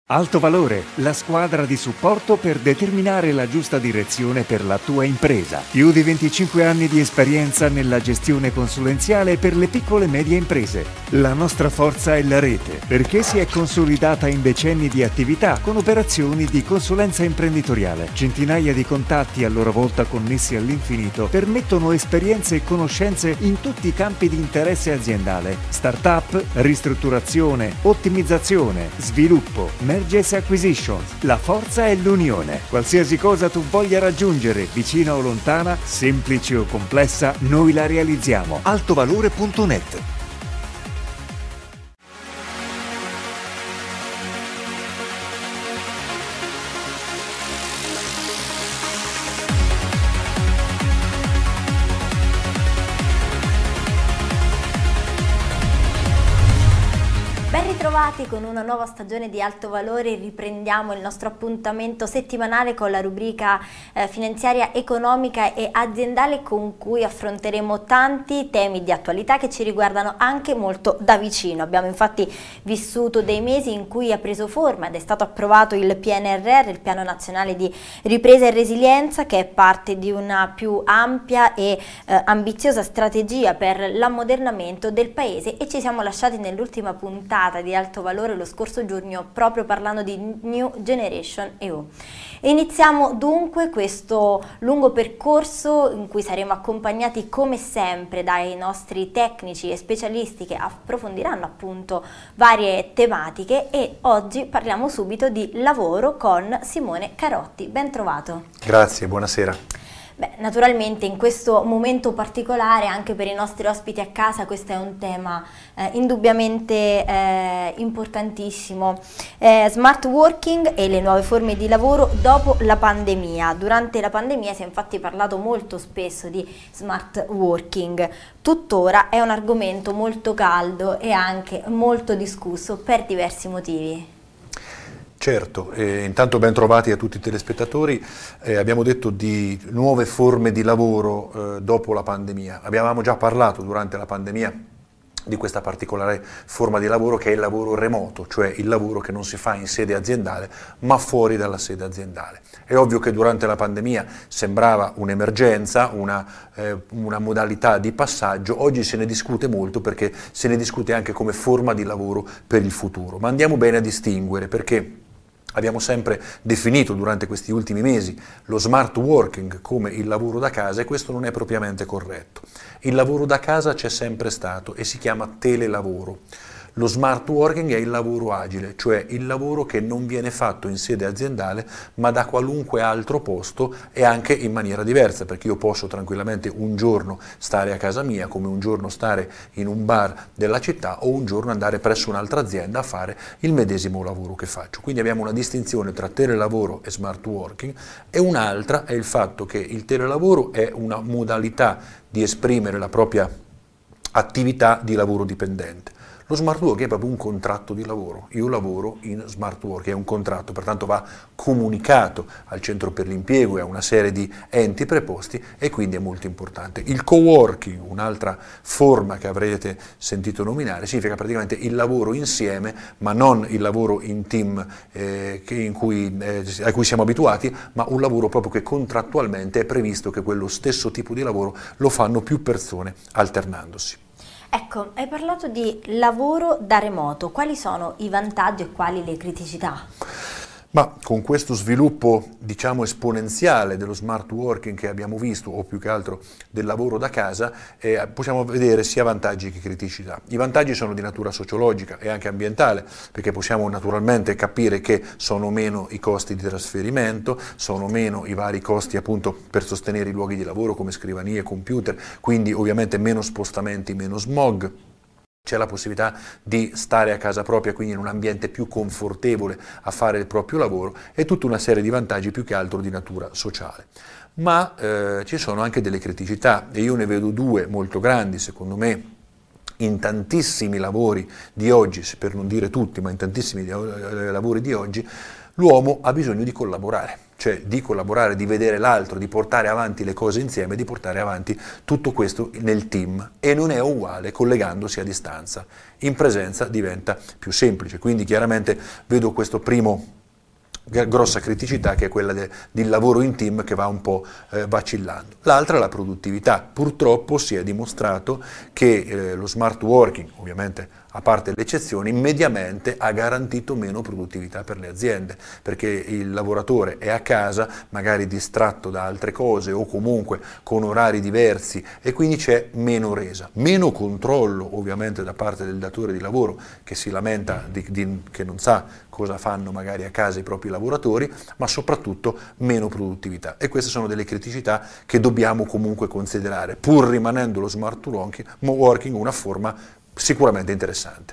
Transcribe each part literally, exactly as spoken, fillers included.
Alto Valore, la squadra di supporto per determinare la giusta direzione per la tua impresa. Più di venticinque anni di esperienza nella gestione consulenziale per le piccole e medie imprese. La nostra forza è la rete, perché si è consolidata in decenni di attività con operazioni di consulenza imprenditoriale. Centinaia di contatti a loro volta connessi all'infinito permettono esperienze e conoscenze in tutti i campi di interesse aziendale. Startup, ristrutturazione, ottimizzazione, sviluppo, Mergers Acquisitions. La forza è l'unione. Qualsiasi cosa tu voglia raggiungere, vicina o lontana, semplice o complessa, noi la realizziamo. altovalore punto net. Ritrovati con una nuova stagione di Alto Valore. Riprendiamo il nostro appuntamento settimanale con la rubrica eh, finanziaria, economica e aziendale, con cui affronteremo tanti temi di attualità che ci riguardano anche molto da vicino. Abbiamo infatti vissuto dei mesi in cui ha preso forma ed è stato approvato il P N R R, il Piano Nazionale di Ripresa e Resilienza, che è parte di una più ampia e eh, ambiziosa strategia per l'ammodernamento del Paese, e ci siamo lasciati nell'ultima puntata di Alto Valore lo scorso giugno proprio parlando di New Generation E U. Iniziamo dunque questo lungo percorso in cui saremo accompagnati come sempre dai nostri tecnici e specialisti che approfondiranno appunto varie tematiche, e oggi parliamo subito di lavoro con Simone Carotti. Ben trovato. Grazie, buonasera. Beh, naturalmente in questo momento particolare anche per i nostri ospiti a casa questo è un tema eh, indubbiamente eh, importantissimo. Eh, smart working e le nuove forme di lavoro dopo la pandemia. Durante la pandemia si è infatti parlato molto spesso di smart working. Tuttora è un argomento molto caldo e anche molto discusso per diversi motivi. Certo, eh, intanto ben trovati a tutti i telespettatori. Eh, abbiamo detto di nuove forme di lavoro eh, dopo la pandemia. Abbiamo già parlato durante la pandemia di questa particolare forma di lavoro, che è il lavoro remoto, cioè il lavoro che non si fa in sede aziendale ma fuori dalla sede aziendale. È ovvio che durante la pandemia sembrava un'emergenza, una, eh, una modalità di passaggio. Oggi se ne discute molto, perché se ne discute anche come forma di lavoro per il futuro, ma andiamo bene a distinguere, perché abbiamo sempre definito durante questi ultimi mesi lo smart working come il lavoro da casa, e questo non è propriamente corretto. Il lavoro da casa c'è sempre stato e si chiama telelavoro. Lo smart working è il lavoro agile, cioè il lavoro che non viene fatto in sede aziendale ma da qualunque altro posto, e anche in maniera diversa, perché io posso tranquillamente un giorno stare a casa mia, come un giorno stare in un bar della città, o un giorno andare presso un'altra azienda a fare il medesimo lavoro che faccio. Quindi abbiamo una distinzione tra telelavoro e smart working, e un'altra è il fatto che il telelavoro è una modalità di esprimere la propria attività di lavoro dipendente. Lo smart working è proprio un contratto di lavoro. Io lavoro in smart working, è un contratto, pertanto va comunicato al centro per l'impiego e a una serie di enti preposti, e quindi è molto importante. Il co-working, un'altra forma che avrete sentito nominare, significa praticamente il lavoro insieme, ma non il lavoro in team eh, che in cui, eh, a cui siamo abituati, ma un lavoro proprio che contrattualmente è previsto che quello stesso tipo di lavoro lo fanno più persone alternandosi. Ecco, hai parlato di lavoro da remoto. Quali sono i vantaggi e quali le criticità? Ma con questo sviluppo, diciamo, esponenziale dello smart working che abbiamo visto, o più che altro del lavoro da casa, eh, possiamo vedere sia vantaggi che criticità. I vantaggi sono di natura sociologica e anche ambientale, perché possiamo naturalmente capire che sono meno i costi di trasferimento, sono meno i vari costi appunto per sostenere i luoghi di lavoro come scrivanie, computer, quindi ovviamente meno spostamenti, meno smog. C'è la possibilità di stare a casa propria, quindi in un ambiente più confortevole a fare il proprio lavoro, e tutta una serie di vantaggi più che altro di natura sociale. Ma eh, ci sono anche delle criticità, e io ne vedo due molto grandi, secondo me. In tantissimi lavori di oggi, per non dire tutti, ma in tantissimi lavori di oggi, l'uomo ha bisogno di collaborare. cioè di collaborare, di vedere l'altro, di portare avanti le cose insieme, di portare avanti tutto questo nel team, e non è uguale collegandosi a distanza. In presenza diventa più semplice, quindi chiaramente vedo questo primo grossa criticità, che è quella de, del lavoro in team, che va un po' eh, vacillando. L'altra è la produttività. Purtroppo si è dimostrato che eh, lo smart working, ovviamente a parte le eccezioni, mediamente ha garantito meno produttività per le aziende, perché il lavoratore è a casa, magari distratto da altre cose o comunque con orari diversi, e quindi c'è meno resa, meno controllo ovviamente da parte del datore di lavoro, che si lamenta di, di, che non sa cosa fanno magari a casa i propri lavoratori, ma soprattutto meno produttività. E queste sono delle criticità che dobbiamo comunque considerare, pur rimanendo lo smart working una forma sicuramente interessante.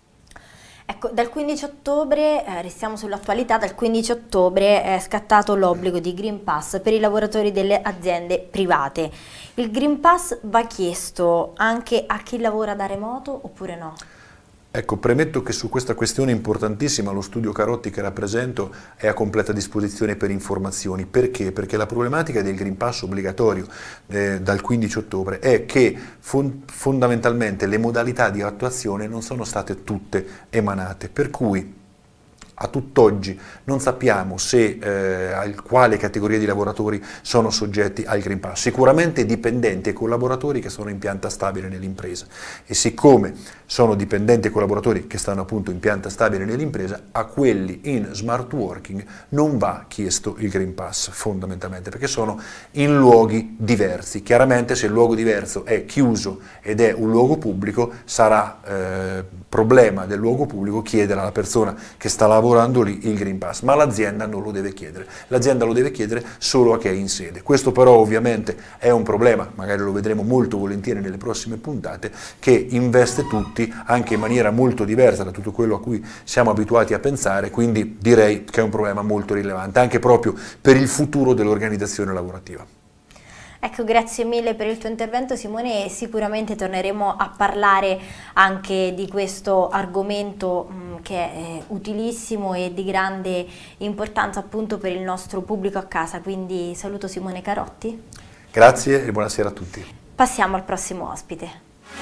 Ecco, dal quindici ottobre, eh, restiamo sull'attualità, dal quindici ottobre è scattato l'obbligo di Green Pass per i lavoratori delle aziende private. Il Green Pass va chiesto anche a chi lavora da remoto oppure no? Ecco, premetto che su questa questione importantissima lo studio Carotti che rappresento è a completa disposizione per informazioni. Perché? Perché la problematica del Green Pass obbligatorio eh, dal quindici ottobre è che fon fondamentalmente le modalità di attuazione non sono state tutte emanate, per cui a tutt'oggi non sappiamo se eh, a quale categoria di lavoratori sono soggetti al Green Pass. Sicuramente dipendenti e collaboratori che sono in pianta stabile nell'impresa, e siccome sono dipendenti e collaboratori che stanno appunto in pianta stabile nell'impresa, a quelli in smart working non va chiesto il Green Pass fondamentalmente, perché sono in luoghi diversi. Chiaramente se il luogo diverso è chiuso ed è un luogo pubblico, sarà eh, problema del luogo pubblico chiedere alla persona che sta lavorando lavorando lì il Green Pass, ma l'azienda non lo deve chiedere, l'azienda lo deve chiedere solo a chi è in sede. Questo però ovviamente è un problema, magari lo vedremo molto volentieri nelle prossime puntate, che investe tutti anche in maniera molto diversa da tutto quello a cui siamo abituati a pensare, quindi direi che è un problema molto rilevante, anche proprio per il futuro dell'organizzazione lavorativa. Ecco, grazie mille per il tuo intervento Simone, e sicuramente torneremo a parlare anche di questo argomento mh, che è eh, utilissimo e di grande importanza appunto per il nostro pubblico a casa, quindi saluto Simone Carotti. Grazie e buonasera a tutti. Passiamo al prossimo ospite.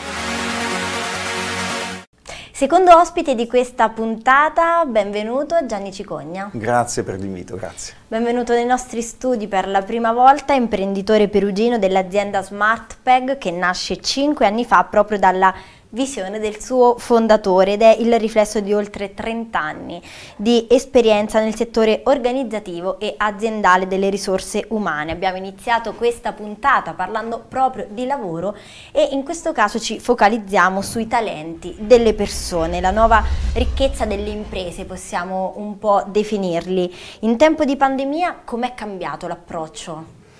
Secondo ospite di questa puntata, benvenuto Gianni Cicogna. Grazie per l'invito, grazie. Benvenuto nei nostri studi per la prima volta, imprenditore perugino dell'azienda SmartPeg, che nasce cinque anni fa proprio dalla visione del suo fondatore ed è il riflesso di oltre trenta anni di esperienza nel settore organizzativo e aziendale delle risorse umane. Abbiamo iniziato questa puntata parlando proprio di lavoro e in questo caso ci focalizziamo sui talenti delle persone, la nuova ricchezza delle imprese, possiamo un po' definirli. In tempo di pandemia com'è cambiato l'approccio?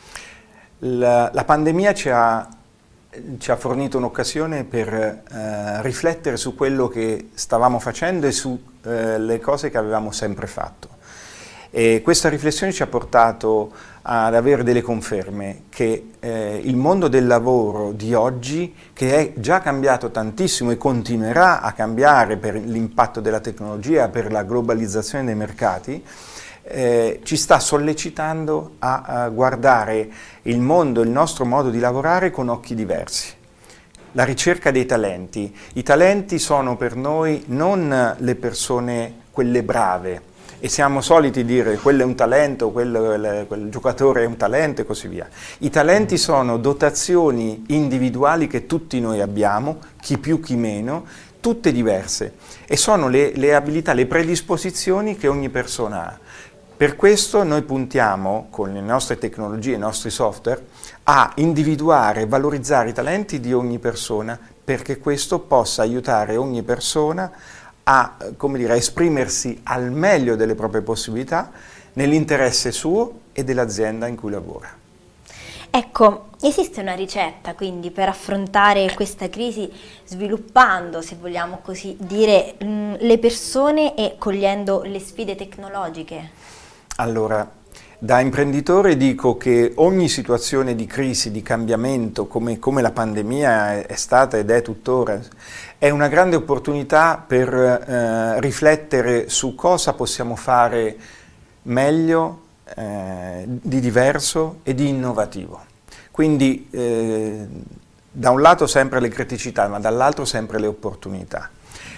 La, la pandemia ci ha ci ha fornito un'occasione per eh, riflettere su quello che stavamo facendo e su eh, le cose che avevamo sempre fatto. E questa riflessione ci ha portato ad avere delle conferme che eh, il mondo del lavoro di oggi, che è già cambiato tantissimo e continuerà a cambiare per l'impatto della tecnologia, per la globalizzazione dei mercati, Eh, ci sta sollecitando a, a guardare il mondo, il nostro modo di lavorare con occhi diversi. La ricerca dei talenti. I talenti sono per noi non le persone, quelle brave, e siamo soliti dire quello è un talento, quello, quel giocatore è un talento e così via. I talenti sono dotazioni individuali che tutti noi abbiamo, chi più chi meno, tutte diverse, e sono le, le abilità, le predisposizioni che ogni persona ha. Per questo noi puntiamo, con le nostre tecnologie, i nostri software, a individuare e valorizzare i talenti di ogni persona, perché questo possa aiutare ogni persona a, come dire, a esprimersi al meglio delle proprie possibilità nell'interesse suo e dell'azienda in cui lavora. Ecco, esiste una ricetta quindi per affrontare questa crisi sviluppando, se vogliamo così dire, le persone e cogliendo le sfide tecnologiche? Allora, da imprenditore dico che ogni situazione di crisi, di cambiamento, come, come la pandemia è stata ed è tuttora, è una grande opportunità per eh, riflettere su cosa possiamo fare meglio eh, di diverso e di innovativo. Quindi eh, da un lato sempre le criticità, ma dall'altro sempre le opportunità.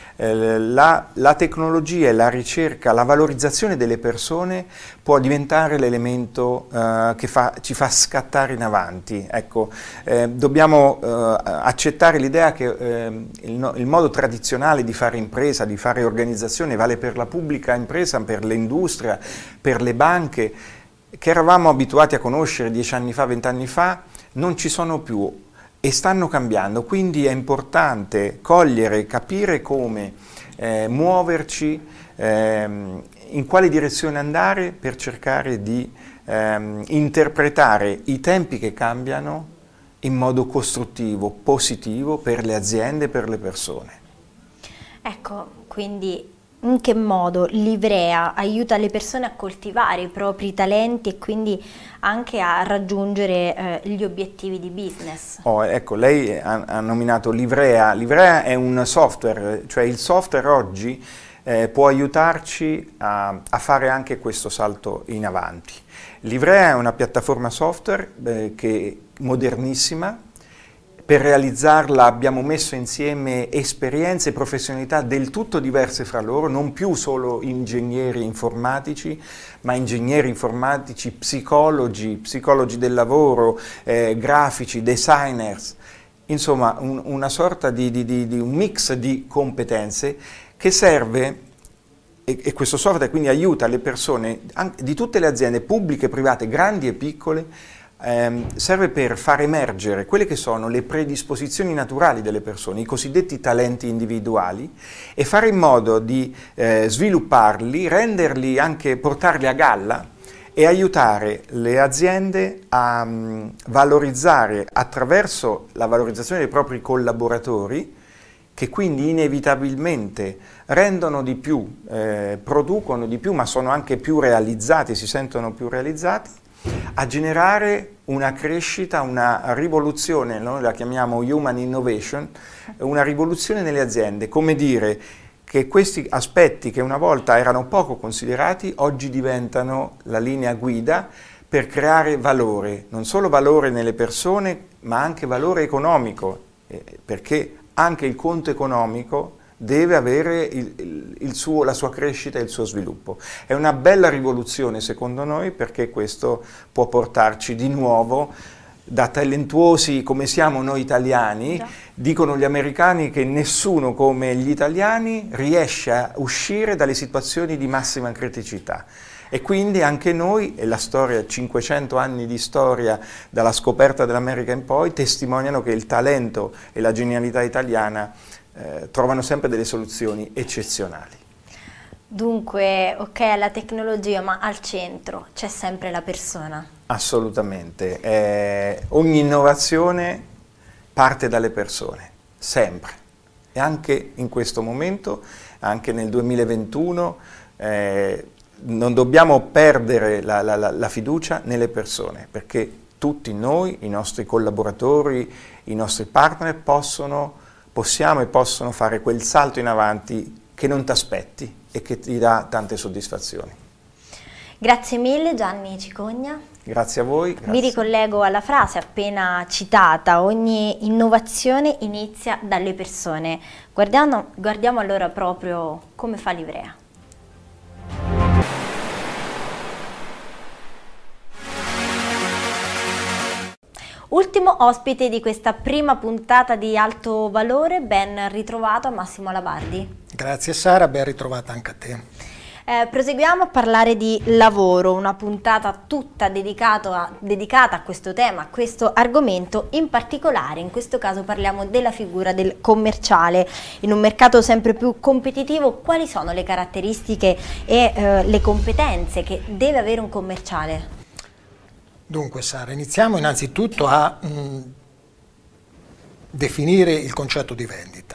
La, la tecnologia e la ricerca, la valorizzazione delle persone può diventare l'elemento eh, che fa, ci fa scattare in avanti. Ecco, eh, dobbiamo eh, accettare l'idea che eh, il, no, il modo tradizionale di fare impresa, di fare organizzazione, vale per la pubblica impresa, per l'industria, per le banche, che eravamo abituati a conoscere dieci anni fa, vent'anni fa, non ci sono più. E stanno cambiando, quindi è importante cogliere, capire come eh, muoverci, ehm, in quale direzione andare per cercare di ehm, interpretare i tempi che cambiano in modo costruttivo, positivo per le aziende e per le persone. Ecco, quindi in che modo Livrea aiuta le persone a coltivare i propri talenti e quindi anche a raggiungere eh, gli obiettivi di business? Oh, ecco, lei ha, ha nominato Livrea. Livrea è un software, cioè il software oggi eh, può aiutarci a, a fare anche questo salto in avanti. Livrea è una piattaforma software eh, che è modernissima. Per realizzarla abbiamo messo insieme esperienze e professionalità del tutto diverse fra loro, non più solo ingegneri informatici, ma ingegneri informatici, psicologi, psicologi del lavoro, eh, grafici, designers, insomma un, una sorta di, di, di, di un mix di competenze che serve, e, e questo software quindi aiuta le persone anche di tutte le aziende pubbliche, private, grandi e piccole, Eh, serve per far emergere quelle che sono le predisposizioni naturali delle persone, i cosiddetti talenti individuali, e fare in modo di eh, svilupparli, renderli anche, portarli a galla e aiutare le aziende a um, valorizzare attraverso la valorizzazione dei propri collaboratori, che quindi inevitabilmente rendono di più, eh, producono di più, ma sono anche più realizzati, si sentono più realizzati, a generare una crescita, una rivoluzione, noi la chiamiamo human innovation, una rivoluzione nelle aziende, come dire che questi aspetti che una volta erano poco considerati oggi diventano la linea guida per creare valore, non solo valore nelle persone ma anche valore economico, eh, perché anche il conto economico deve avere il, il, il suo, la sua crescita e il suo sviluppo. È una bella rivoluzione secondo noi, perché questo può portarci di nuovo, da talentuosi come siamo noi italiani, yeah. Dicono gli americani che nessuno come gli italiani riesce a uscire dalle situazioni di massima criticità. E quindi anche noi, e la storia, cinquecento anni di storia dalla scoperta dell'America in poi, testimoniano che il talento e la genialità italiana Eh, trovano sempre delle soluzioni eccezionali. Dunque, ok, la tecnologia, ma al centro c'è sempre la persona. Assolutamente. Eh, ogni innovazione parte dalle persone, sempre. E anche in questo momento, anche nel duemilaventuno, eh, non dobbiamo perdere la, la, la fiducia nelle persone, perché tutti noi, i nostri collaboratori, i nostri partner possono possiamo e possono fare quel salto in avanti che non ti aspetti e che ti dà tante soddisfazioni. Grazie mille Gianni Cicogna. Grazie a voi. Grazie. Mi ricollego alla frase appena citata: ogni innovazione inizia dalle persone. Guardiamo, guardiamo allora proprio come fa Livrea. Ultimo ospite di questa prima puntata di Alto Valore, ben ritrovato a Massimo Alabardi. Grazie Sara, ben ritrovata anche a te. Eh, proseguiamo a parlare di lavoro, una puntata tutta a, dedicata a questo tema, a questo argomento. In particolare, in questo caso parliamo della figura del commerciale. In un mercato sempre più competitivo, quali sono le caratteristiche e eh, le competenze che deve avere un commerciale? Dunque Sara, iniziamo innanzitutto a mh, definire il concetto di vendita.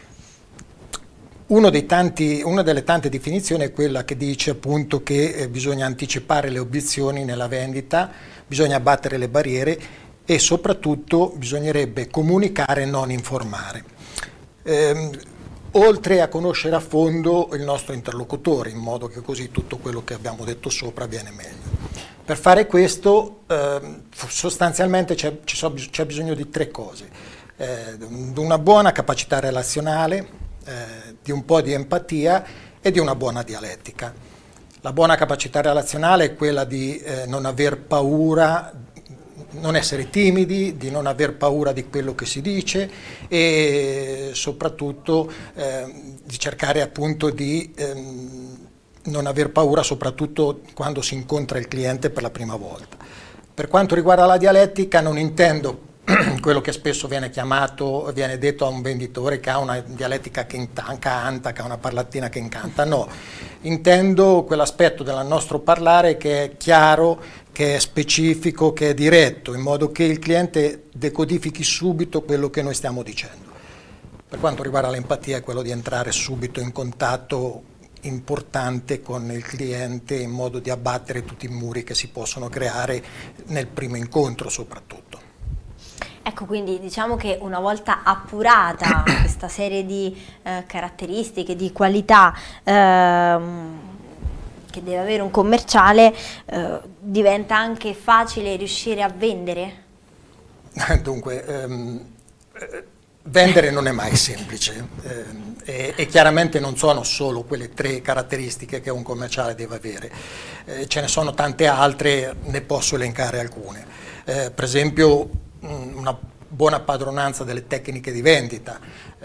Uno dei tanti, una delle tante definizioni è quella che dice appunto che eh, bisogna anticipare le obiezioni nella vendita, bisogna abbattere le barriere e soprattutto bisognerebbe comunicare e non informare. Ehm, oltre a conoscere a fondo il nostro interlocutore, in modo che così tutto quello che abbiamo detto sopra viene meglio. Per fare questo eh, sostanzialmente c'è, c'è bisogno di tre cose, eh, di una buona capacità relazionale, eh, di un po' di empatia e di una buona dialettica. La buona capacità relazionale è quella di eh, non aver paura, non essere timidi, di non aver paura di quello che si dice e soprattutto eh, di cercare appunto di ehm, non aver paura soprattutto quando si incontra il cliente per la prima volta. Per quanto riguarda la dialettica non intendo quello che spesso viene chiamato, viene detto a un venditore che ha una dialettica che incanta, che ha una parlantina che incanta, no, intendo quell'aspetto del nostro parlare che è chiaro, che è specifico, che è diretto, in modo che il cliente decodifichi subito quello che noi stiamo dicendo. Per quanto riguarda l'empatia è quello di entrare subito in contatto importante con il cliente in modo di abbattere tutti i muri che si possono creare nel primo incontro soprattutto. Ecco, quindi diciamo che una volta appurata questa serie di eh, caratteristiche, di qualità ehm, che deve avere un commerciale, eh, diventa anche facile riuscire a vendere? Dunque, ehm, vendere non è mai semplice eh, e, e chiaramente non sono solo quelle tre caratteristiche che un commerciale deve avere, eh, ce ne sono tante altre, ne posso elencare alcune. Eh, per esempio una buona padronanza delle tecniche di vendita, eh,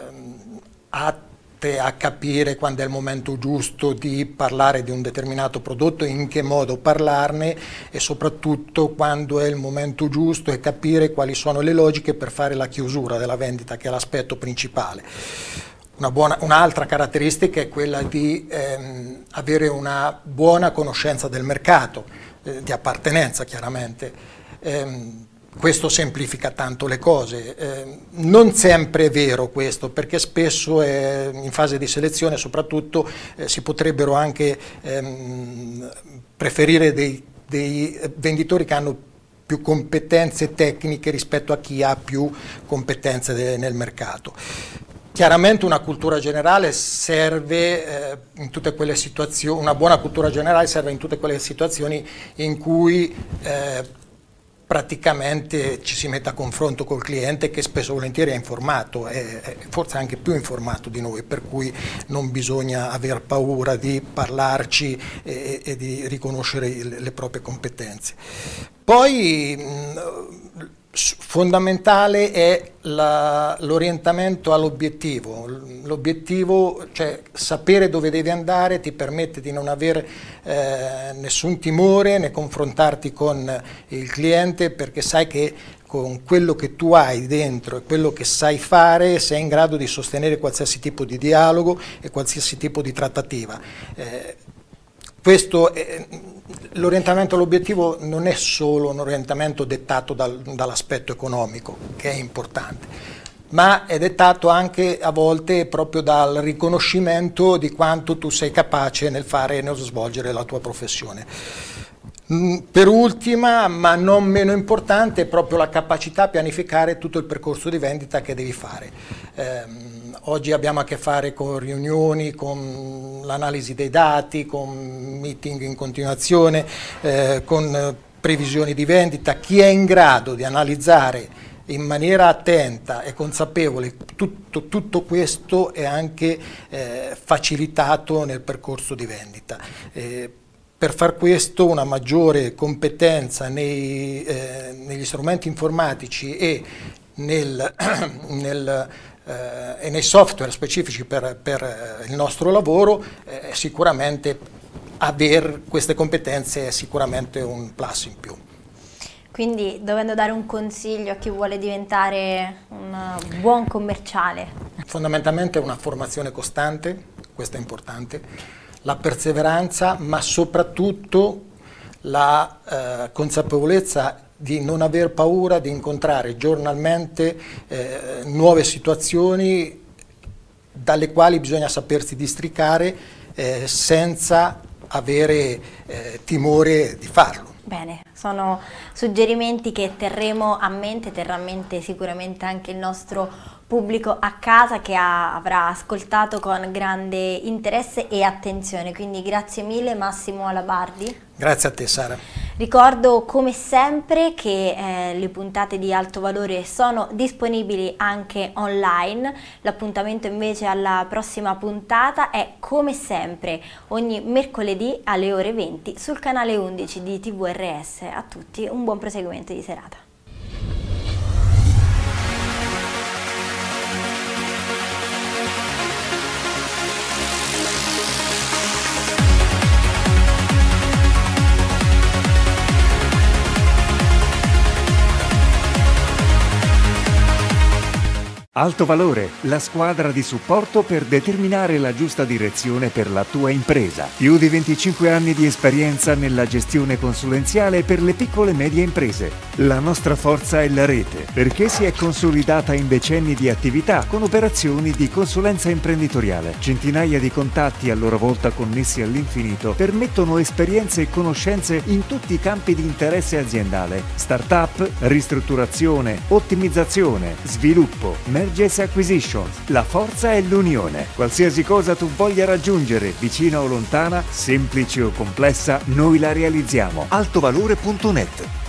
atte a capire quando è il momento giusto di parlare di un determinato prodotto, in che modo parlarne e soprattutto quando è il momento giusto e capire quali sono le logiche per fare la chiusura della vendita, che è l'aspetto principale. Una buona, un'altra caratteristica è quella di ehm, avere una buona conoscenza del mercato, eh, di appartenenza chiaramente. Ehm, Questo semplifica tanto le cose, eh, non sempre è vero questo perché spesso eh, in fase di selezione soprattutto eh, si potrebbero anche ehm, preferire dei, dei venditori che hanno più competenze tecniche rispetto a chi ha più competenze de, nel mercato. Chiaramente una cultura generale serve eh, in tutte quelle situazioni, una buona cultura generale serve in tutte quelle situazioni in cui eh, praticamente ci si mette a confronto col cliente che spesso e volentieri è informato, è, è forse anche più informato di noi, per cui non bisogna aver paura di parlarci e, e di riconoscere il, le proprie competenze. Poi mh, fondamentale è l'orientamento all'obiettivo. L'obiettivo, cioè sapere dove devi andare, ti permette di non avere eh, nessun timore né confrontarti con il cliente, perché sai che con quello che tu hai dentro e quello che sai fare sei in grado di sostenere qualsiasi tipo di dialogo e qualsiasi tipo di trattativa. Eh, questo è, l'orientamento all'obiettivo non è solo un orientamento dettato dal, dall'aspetto economico, che è importante, ma è dettato anche a volte proprio dal riconoscimento di quanto tu sei capace nel fare e nello svolgere la tua professione. Per ultima, ma non meno importante, è proprio la capacità a pianificare tutto il percorso di vendita che devi fare. Eh, oggi abbiamo a che fare con riunioni, con l'analisi dei dati, con meeting in continuazione, eh, con previsioni di vendita. Chi è in grado di analizzare in maniera attenta e consapevole tutto, tutto questo è anche eh, facilitato nel percorso di vendita. Eh, Per far questo una maggiore competenza nei, eh, negli strumenti informatici e, nel, nel, eh, e nei software specifici per, per il nostro lavoro, eh, sicuramente avere queste competenze è sicuramente un plus in più. Quindi, dovendo dare un consiglio a chi vuole diventare un buon commerciale? Fondamentalmente una formazione costante, questo è importante, la perseveranza, ma soprattutto la eh, consapevolezza di non aver paura di incontrare giornalmente eh, nuove situazioni dalle quali bisogna sapersi districare eh, senza avere eh, timore di farlo. Bene, sono suggerimenti che terremo a mente, terrà a mente sicuramente anche il nostro pubblico a casa che ha, avrà ascoltato con grande interesse e attenzione, quindi grazie mille Massimo Alabardi. Grazie a te Sara. Ricordo come sempre che eh, le puntate di Alto Valore sono disponibili anche online. L'appuntamento invece alla prossima puntata è come sempre ogni mercoledì alle ore venti sul canale undici di T V R S. A tutti un buon proseguimento di serata. Alto Valore, la squadra di supporto per determinare la giusta direzione per la tua impresa. Più di venticinque anni di esperienza nella gestione consulenziale per le piccole e medie imprese. La nostra forza è la rete, perché si è consolidata in decenni di attività con operazioni di consulenza imprenditoriale. Centinaia di contatti a loro volta connessi all'infinito permettono esperienze e conoscenze in tutti i campi di interesse aziendale. Startup, ristrutturazione, ottimizzazione, sviluppo, Mergers Acquisitions. La forza è l'unione. Qualsiasi cosa tu voglia raggiungere, vicina o lontana, semplice o complessa, noi la realizziamo. altovalore punto net